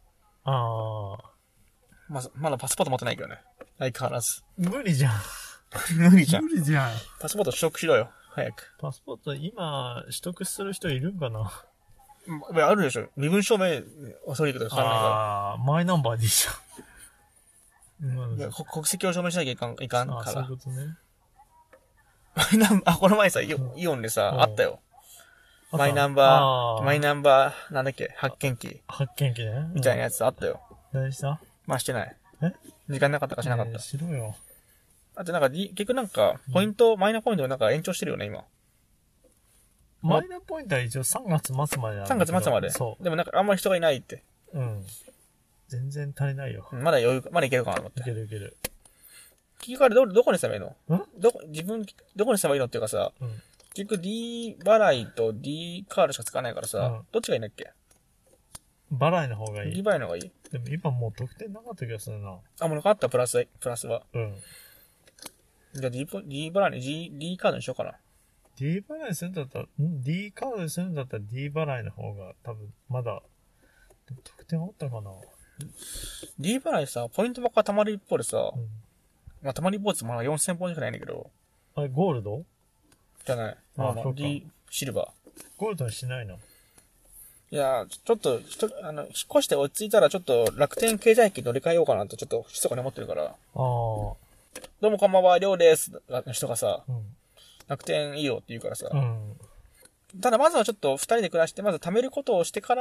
まだパスポート持ってないけどね。相変わらず。 無理じゃん。 無理じゃん。パスポート取得しろよ、早く。 パスポート今、取得する人いるんかな？ あるでしょ。身分証明、遅いけどかからないから。 マイナンバーでいいじゃん。国籍を証明しなきゃいかんから。 そういうことね。 マイナンバー、この前さ、イオンでさ、あったよ。マイナンバー、なんだっけ、発見機。 発見機ね。 みたいなやつあったよ。 何した？ まあしてない。時間なかったかしなかった。 しろよ。 あと結局マイナポイントを延長してるよね、今。 マイナポイントは一応3月末までなんだけど。 3月末まで。そう。でもあんまり人がいないって。 全然足りないよ。 まだいけるかなと思って。 いける。 結局あれどこにすればいいの？どこにすればいいのっていうかさ、結局 D 払いと D カードしか使わないからさ、どっちがいいんだっけ？ 払いの方がいい。 D 払いの方がいい？ でも今もう得点なかった気がするな。 もうなかった、プラスは。じゃあ D 払いに D カードにしようかな。 D 払いにするんだったら、D カードにするんだったら D 払いの方が多分まだ、得点あったかな。 D 払いさ、ポイントばっかたまる一方でさ、たまる一方ってまだ4000ポイントしかないんだけど。 あれ、ゴールド？ じゃない。D シルバー。 ゴールドにしないの？ いや、ちょっと、引っ越して落ち着いたらちょっと楽天経済機乗り換えようかなとちょっと密かに思ってるから。どうもこんばんは、りょうです。の人がさ、楽天いいよって言うからさ。ただまずはちょっと二人で暮らして、まず貯めることをしてから、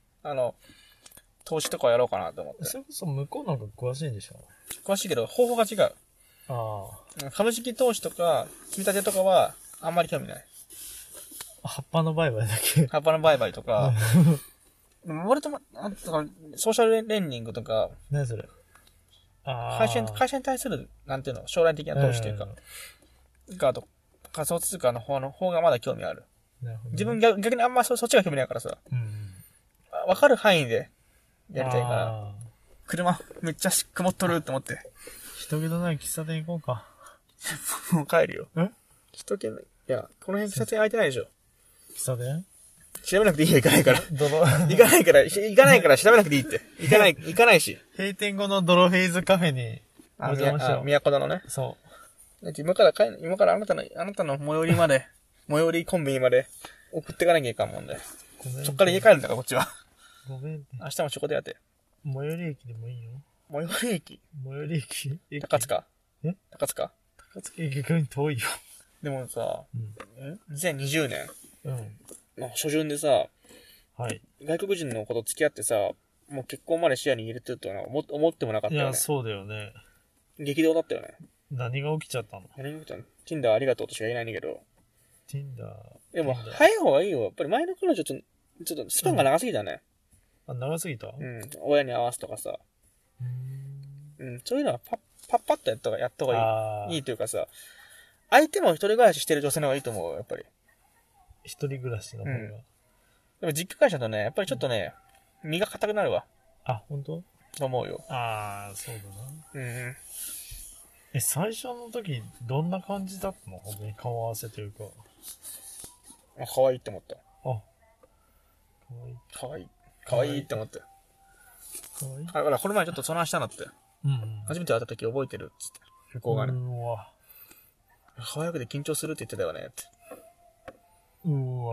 投資とかやろうかなと思って。 それこそ向こうなんか詳しいんでしょ？ 詳しいけど、方法が違う。株式投資とか、積み立てとかは、あんまり興味ない。 葉っぱの売買だけ。 葉っぱの売買とか、俺とソーシャルレンディングとか、 何それ？ 会社に対する、なんていうの、将来的な投資というか、あと、仮想通貨の方がまだ興味ある。自分逆にあんまそっちが興味ないからさ、わかる範囲でやりたいから、車めっちゃ曇っとるって思って。 人気のない喫茶店行こうか。 もう帰るよ。人気ない。いや、この辺喫茶店空いてないでしょ。 喫茶店？ 調べなくていいよ、行かないから。行かないから調べなくていいって。行かないし。 閉店後のドロフェイズカフェにお邪魔しよう。 都田のね。 そう。 今からあなたの最寄りまで、最寄りコンビニまで送ってかなきゃいかんもんで。そっから家帰るんだから、こっちは。 ごめん。 明日もそこでやって。 最寄り駅でもいいよ。 最寄り駅？ 最寄り駅？ 高塚？高塚駅逆に遠いよ。 でもさ、2020年の初旬でさ、外国人の子と付き合ってさ、もう結婚まで視野に入れてるとは思ってもなかったよね。 いや、そうだよね。 激動だったよね。 何が起きちゃったの？ Tinder ありがとうとしか言えないんだけど。 Tinder。 でも、早い方がいいよ。やっぱり前の彼女ちょっとスパンが長すぎたね。 長すぎた？ 親に合わすとかさ。そういうのはパッとやった方がいいというかさ、相手も一人暮らししてる女性の方がいいと思う、やっぱり。 一人暮らしの方が。でも実家会社だとね、やっぱりちょっとね、身が硬くなるわ。 本当？ と思うよ。 そうだな。最初の時、どんな感じだったの？本当に顔合わせというか。 可愛いって思った。可愛いって思った。だからこの前ちょっとその話したのって。初めて会った時覚えてるっつって。向こうがね。可愛くて緊張するって言ってたよねって。わ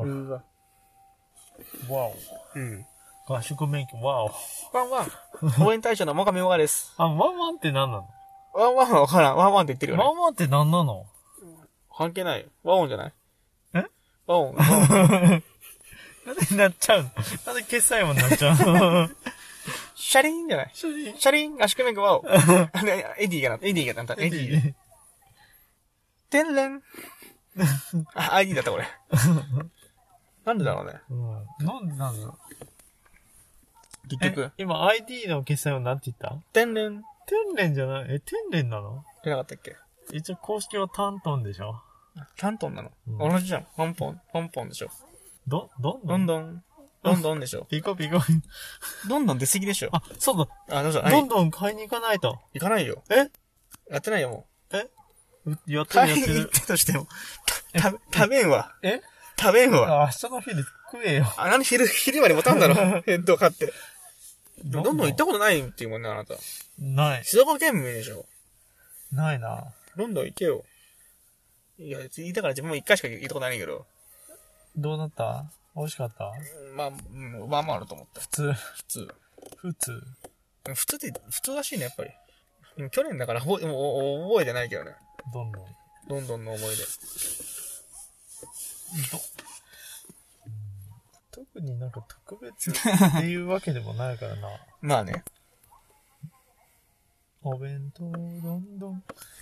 お。 合宿免許、わお。 ワンワン。応援大将の最上小川です。 ワンワンって何なの？ ワンワンはわからん。ワンワンって言ってるよね。 ワンワンって何なの？ 関係ない。ワンオンじゃない？ワンオン。 なんでなっちゃうの？なんで決済音になっちゃうの？ シャリーンじゃない？シャリーン、足組めワオ。エディがなった。エディ。天然。あ、ID だったこれ。なんでだろうね。 なんでなんだろう。 結局。 今 ID の決済音なんて言った？ 天然。 天然じゃない？天然なの？ じゃなかったっけ？ 一応公式はタントンでしょ？ タントンなの？同じじゃん。ポンポンでしょ。 どんどんでしょ。 ピコ。 どんどん出過ぎでしょ。 あ、そうだ。 あ、どうぞ。 どんどん買いに行かないと。 行かないよ。やってないよ、もう。やってる。 買いに行ってとしても。食べんわ。食べんわ。 明日の昼食えよ。 何昼まで持たんだろ。ヘッド買って。どんどん行ったことないっていうもんね、あなた。 ない。 静岡県民でしょ。 ないな。 どんどん行けよ。いや、言いたから自分も一回しか行ったことないけど。 どうなった？美味しかった？ まああると思った。普通らしいね、やっぱり。去年だから覚えてないけどね。どんどんの思い出。 特になんか特別っていうわけでもないからな。 まあね。 お弁当どんどん。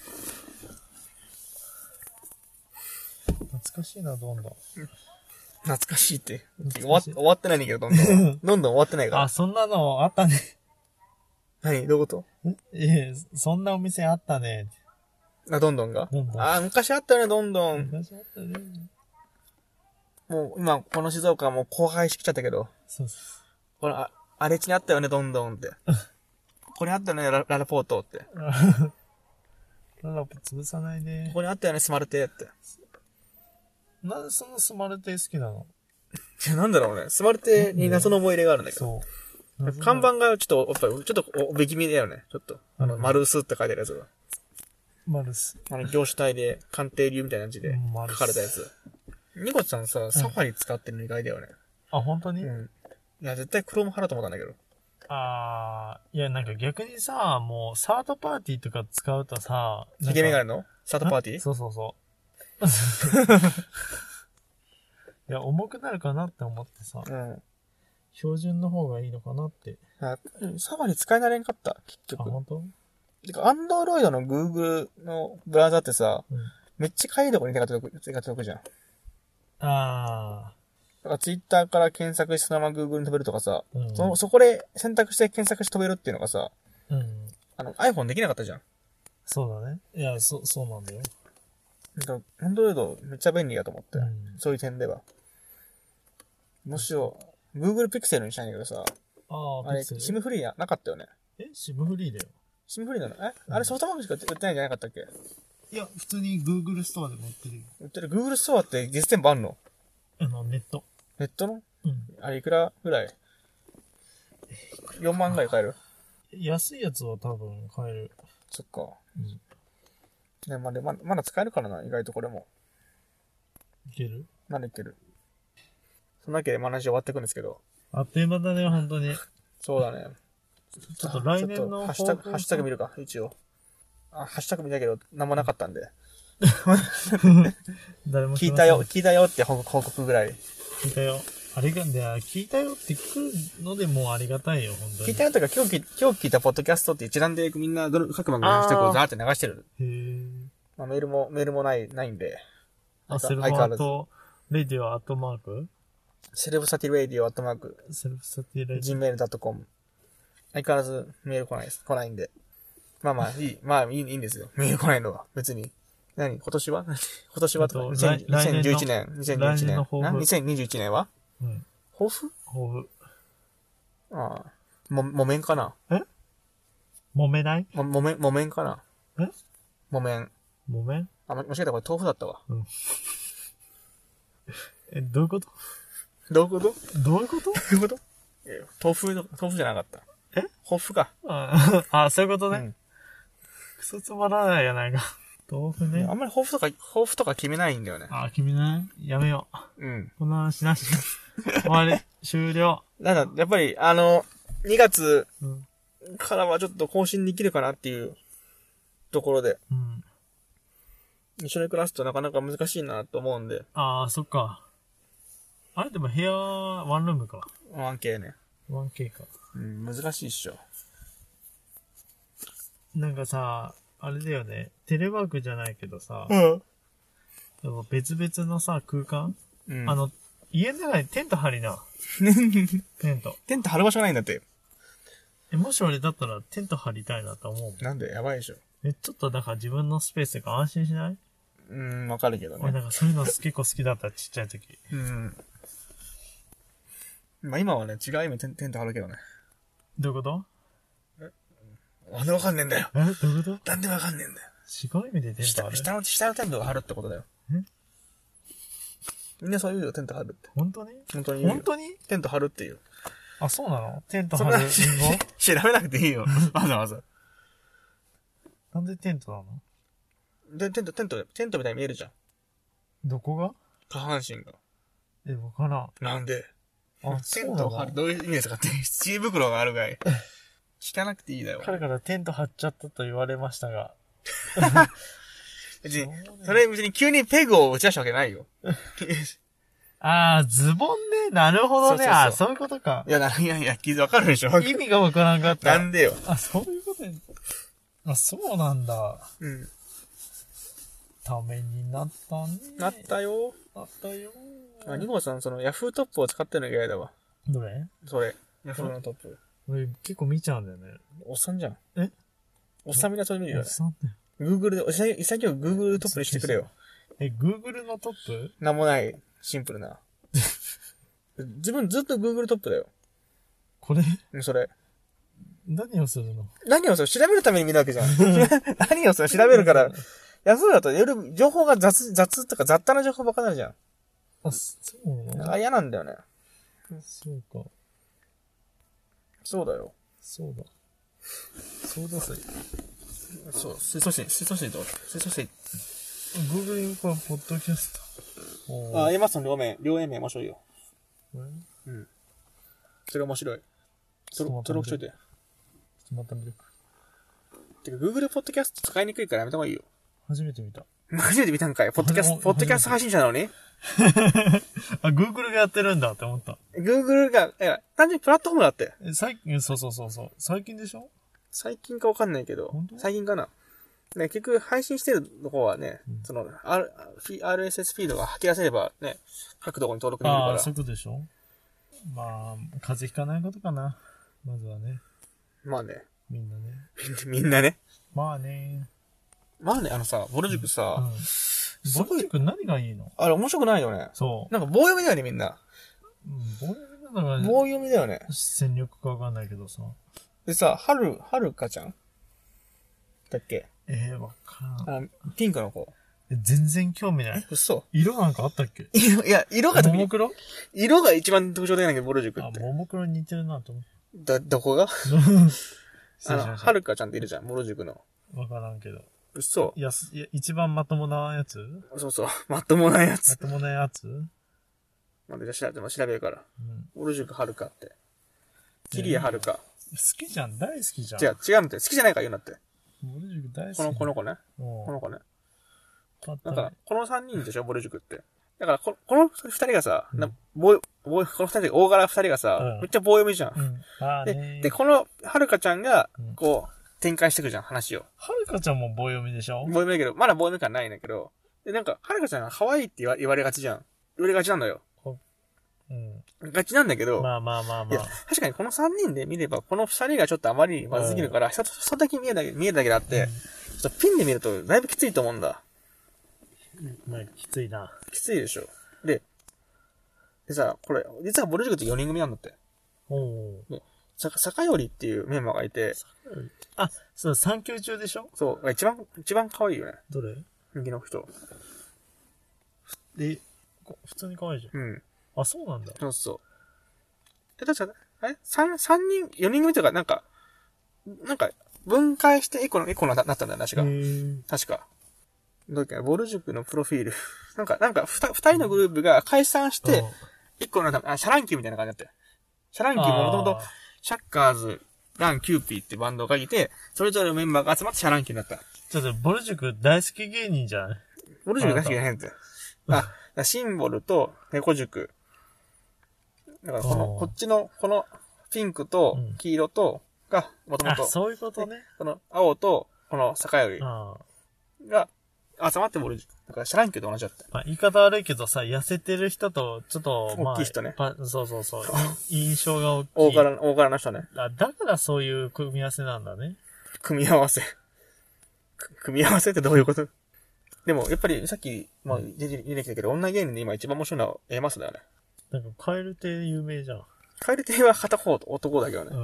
懐かしいな、どんどん。 懐かしいって。終わってないんだけど、どんどん。どんどん終わってないから。 あ、そんなのあったね。 何？どういうこと？ そんなお店あったね。 あ、どんどんが？昔あったよね、どんどん。 昔あったね。 もう、今、この静岡はもう荒廃してきちゃったけど。 そう。 これ、あれ地にあったよね、どんどんって。ここにあったよね、ララポートって。 ララポ潰さないで。 ここにあったよね、スマルテって。 なんでそのスマルテ好きなの？ いや、なんだろうね。スマルテに謎の思い入れがあるんだけど。そう。看板がちょっと、やっぱり、ちょっと、おべきみだよね。ちょっと。丸スって書いてあるやつが。 丸ス。 業種体で、鑑定流みたいな感じで書かれたやつ。ニコちゃんさ、サファリ使ってるの意外だよね。 あ、本当に？ いや、絶対クローム派だと思ったんだけど。 いや、なんか逆にさ、もう、サードパーティーとか使うとさ、 ヒゲメガネのサードパーティー？ そう。いや、重くなるかなって思ってさ。標準の方がいいのかなって。 サファリ使い慣れんかった、結局。 あ、本当？ てか、アンドロイドの Google のブラウザってさ、めっちゃかゆいとこに手が届くじゃん。 だからツイッターから検索してそのまま Google に飛べるとかさ、そこで選択して検索して飛べるっていうのがさ、iPhone できなかったじゃん。 そうだね。いや、そうなんだよ。 なんか、Android めっちゃ便利だと思って。そういう点では。もしよ、Google Pixel にしたいんだけどさ、あれ、SIM フリーなかったよね。 SIM フリーだよ。 SIM フリーなの？あれソフトバンクしか売ってないんじゃなかったっけ？ いや、普通に Google ストアでも売ってるよ。 売ってる？ Google ストアって実店舗あんの？ ネット。 ネットの？あれいくらぐらい？4万ぐらい買える？ 安いやつは多分買える。 そっか。ね、まだ使えるからな、意外とこれも。 いける？ まだいける。そんなわけで話終わっていくんですけど。 あっという間だね、本当に。 そうだね。 ちょっと来年のハッシュタグ見るか、一応。ハッシュタグ見たけど、なんもなかったんで。 誰も聞いたよって報告ぐらい。 聞いたよ。聞いたよって聞くのでもうありがたいよ、本当に。 聞いたよとか、今日聞いたポッドキャストって一覧でみんな各番組のハッシュタグをザーって流してる。メールもないんで。 セルフサティレディオアットマークセルフサティレディオアットマークgmail.com 相変わらずメール来ないんで。いいんですよ。メール来ないのは。別に。今年はとか、2021年。2021年は抱負ああ。もめんかな？ もめない？ もめんかな？もめん。あ、間違えた、これ豆腐だったわ。 どういうこと？ どういうこと豆腐じゃなかった。抱負か。 そういうことね。クソつまらないやないか。豆腐ね。 あんまり抱負とか決めないんだよね。 決めないやめよう。この話なし。終わり。終了。 なんだ、やっぱり、2月からはちょっと更新できるかなっていうところで。一緒に暮らすとなかなか難しいなと思うんで。 そっか。 あれでも部屋、ワンルームか。 1K ね。 1K か。 うん、難しいっしょ。 なんかさ、あれだよね。テレワークじゃないけどさ、でも別々のさ、空間、うん、家の中にテント張りな。テント。 テント張る場所ないんだって。 もし俺だったらテント張りたいなと思うもん。 なんでやばいでしょ。 ちょっとだから自分のスペースが安心しない？ わかるけどね。 俺なんかそういうの結構好きだった、ちっちゃい時。 まあ今はね、違う意味テント張るけどね。 どういうこと？ なんでわかんねえんだよ。 どういうこと？ なんでわかんねえんだよ。 違う意味でテント張る？ 下のテントが張るってことだよ。みんなそう言うよ、テント張るって。 本当に本当にテント張るっていう。 あ、そうなの？テント張る。 調べなくていいよ。わざわざ。 なんでテントなの？ で、テントみたいに見えるじゃん。 どこが？ 下半身が。 わからん。 なんで？ あ、 テントを張る。どういう意味ですかって、七味袋があるがい。聞かなくていいだよ。 彼からテント張っちゃったと言われましたが。 それ別に急にペグを打ち出したわけないよ。 ズボンね。なるほどね。そういうことか。 いや、わかるでしょ。 意味がわからんかった。 なんでよ。 そういうことに。そうなんだ。ためになったね。 なったよ。ニコさん、ヤフートップを使ってるのが嫌だわ。 どれ？ それ。ヤフーのトップ。 俺結構見ちゃうんだよね。 おっさんじゃん。おっさんみんなそれ見るよね。 おっさんだよ。 Google で、潔く Google トップにしてくれよ。 Google のトップ？ なんもない。シンプルな。自分ずっと Google トップだよ。 これ？ それ。 何をするの？ 調べるために見るわけじゃん。何を調べるから。ヤフーだと情報が雑とか雑多な情報ばっかなるじゃん。 そうなの？ 嫌なんだよね。 そうか。 そうだよ。 そうだ。そうださい。 そう、水素水。 Google これ、ポッドキャスト。エマソン両面面白いよ。それ面白い。登録しといて。 また見るか。 てか、Google ポッドキャスト使いにくいからやめた方がいいよ。 初めて見た。 初めて見たんかい。ポッドキャスト配信者なのに Google がやってるんだって思った。 Google が、単純にプラットフォームだって。 そう。最近でしょ？ 最近かわかんないけど。最近かな。結局、配信してるの方はね、RSS フィードが吐き出せればね、各とこに登録できるから。 そういうことでしょ？まあ、風邪ひかないことかな。まずはね。 まあね。 みんなね。 みんなね。 まあね、 ぼる塾さ、 ぼる塾何がいいの？ あれ面白くないよね。 そう。 なんか棒読みだよね、みんな。棒読みだよね。 戦力かわかんないけどさ。 でさ、はるかちゃんだっけ？ わからん。 ピンクの子。 全然興味ない。 嘘。 色なんかあったっけ？ 色がももクロ？ 色が一番特徴的なんだけど、ぼる塾って。 ももクロに似てるなと思う。 どこがはるかちゃんっているじゃん、ぼる塾の。 わからんけど。 嘘。 一番まともなやつ？ そう。まともなやつ。 まともなやつ？ まだじゃあ調べるから。ぼる塾はるかって。キリヤはるか。 好きじゃん、大好きじゃん。 違うんだって。好きじゃないから言うんだって。 ぼる塾大好き。 この子ね。この子ね。なんか、この3人でしょ、ぼる塾って。だから、この2人がさ、この2人が大柄2人がさ、めっちゃ棒読みじゃん。で、このはるかちゃんが、こう、展開してくじゃん、話を。 はるかちゃんも棒読みでしょ？ 棒読みだけど、まだ棒読み感ないんだけど、で、なんか、はるかちゃんが可愛いって言われがちじゃん。言われがちなんだよ。ガチなんだけど、 まあ。 いや、確かにこの3人で見れば、この2人がちょっとあまりにまずすぎるから、そんだけ見えるだけであって、ちょっとピンで見るとだいぶきついと思うんだ。 まあ、きついな。 きついでしょ。でさ、これ、実はぼる塾って4人組なんだって。坂よりっていうメンバーがいて。 そう、産休中でしょ？ そう、一番可愛いよね。 どれ？ 右の人。 普通に可愛いじゃん。そうなんだ。 そう。確か、3人、4人組というか、なんか、分解して1個になったんだよ、確か。確か。どうか、ぼる塾のプロフィール。なんか、2人のグループが解散して、1個になった、シャランキューみたいな感じだった。シャランキューももともと、シャッカーズ、ラン、キューピーってバンドがいて、それぞれのメンバーが集まってシャランキューになった。 ちょっと、ぼる塾大好き芸人じゃん。 ぼる塾大好きじゃないんだよ。シンボルと猫塾だからこっちの、このピンクと黄色と、が、もともと。 そういうことね。 この青と、この坂よりが、集まっても俺、だから知らんけど同じだった。 まあ、言い方悪いけどさ、痩せてる人と、ちょっと、 まあ、大きい人ね。 そうそうそう。印象が大きい。 大柄な人ね。 だからそういう組み合わせなんだね。 組み合わせってどういうことでも、やっぱりさっき、まあ、出てきたけど、女芸人で今一番面白いのは A マスだよね。 なんか、カエル亭有名じゃん。 カエル亭は片方男だけどね。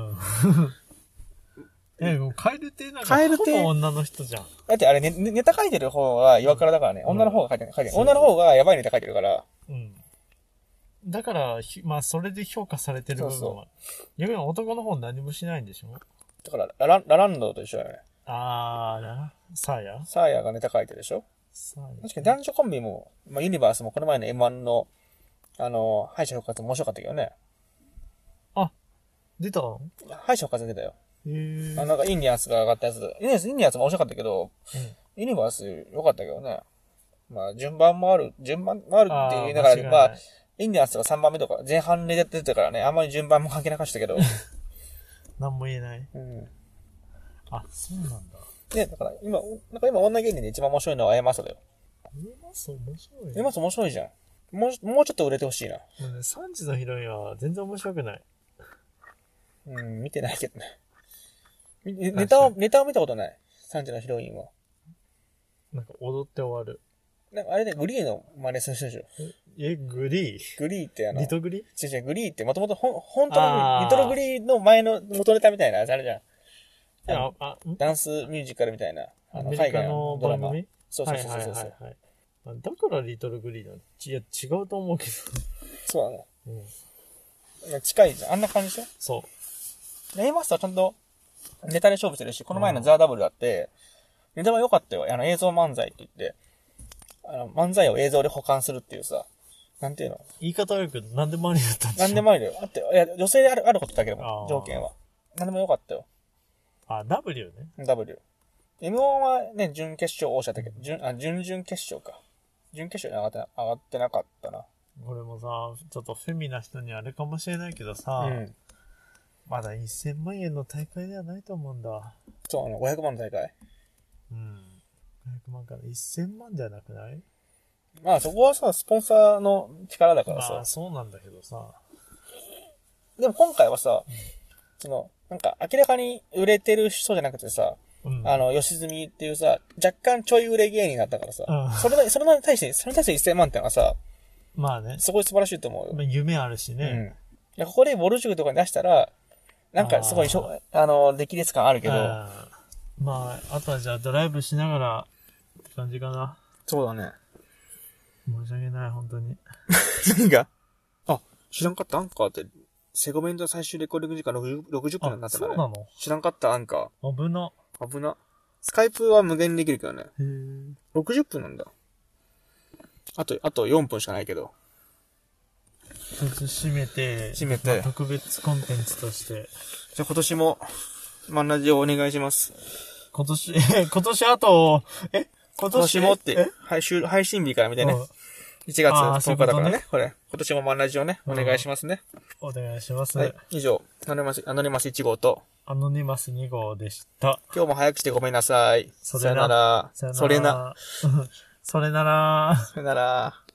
カエル亭なんか、ほぼ女の人じゃん。 だってあれ、ネタ書いてる方は岩倉だからね。女の方が書いてない。女の方がやばいネタ書いてるから。 うん。だから、まあ、それで評価されてる部分は。逆に男の方何もしないんでしょ？ だから、ラランドと一緒だよね。 サーヤ？ サーヤがネタ書いてるでしょ？確かに男女コンビも、まあ、ユニバースもこの前の M1 の、敗者復活も面白かったけどね。 あ、出たの？ 敗者復活出たよ。 なんかインディアンスが上がったやつ。インディアンスも面白かったけど、ユニバース良かったけどね。まあ、順番もあるって言いながら、まあ、インディアンスが3番目とか、前半で出てからね、あんまり順番も関係なかったけど。 なんも言えない。 うん。 あ、そうなんだ。 ね、だから今女芸人で一番面白いのは A マスだよ。 A マス面白い。 A マス面白いじゃん。もうちょっと売れてほしいな。 もうね、3時のヒロインは全然面白くない。 見てないけどね。ネタを見たことない。3時のヒロインは。 なんか踊って終わる。 なんかあれでグリーの真似する人でしょ。 グリー？ グリーってリトグリ？ 違う、グリーってもともと本当のリトルグリーの前の元ネタみたいなやつあるじゃん。ダンスミュージカルみたいな。 アメリカの番組？ そう。 だからリトルグリーなの。いや、違うと思うけど。 そうだね。いや、近いじゃん。あんな感じでしょ？ そう。 Aマスターちゃんとネタで勝負してるし、この前のザ・ダブルだって、ネタは良かったよ。映像漫才って言って、漫才を映像で保管するっていうさ、なんていうの？ 言い方悪いけど、なんでもありだったんでしょ？ なんでもありだよ。いや、女性であることだけでも、条件は。なんでも良かったよ。 W ね。 W。M1 はね、準決勝王者だけど、準々決勝か。準決勝に上がってなかったな。 俺もさ、ちょっとフェミな人にあれかもしれないけどさ、まだ1000万円の大会ではないと思うんだ。 そう、500万の大会。 500万から1000万じゃなくない？ まあそこはさ、スポンサーの力だからさ。 まあそうなんだけどさ。 でも今回はさ、なんか明らかに売れてる人じゃなくてさ、吉住っていうさ、若干ちょい売れ芸人だったからさ、それに対して1000万ってのはさ、 まあね。 すごい素晴らしいと思うよ。 夢あるしね。 ここでボル塾とかに出したら、なんかすごい出来列感あるけど。 まあ、あとはじゃあドライブしながらって感じかな。 そうだね。 申し訳ない、本当に。 何が？知らんかったアンカーって、セゴメント最終レコーディング時間60分になったんだね。 そうなの？ 知らんかったアンカー。 危な。 スカイプは無限にできるけどね。60分なんだ。あと4分しかないけど。 締めて、まあ、特別コンテンツとして。 じゃあ今年も、マンラジオお願いします。 今年あと、 今年もって、配信日から見てね。1月10日だからね。これ。今年もマンラジオね、お願いしますね。 お願いします。 はい。以上、アノニマス1号と、 アノニマス2号でした。 今日も早くしてごめんなさい。 さよなら。 それなら。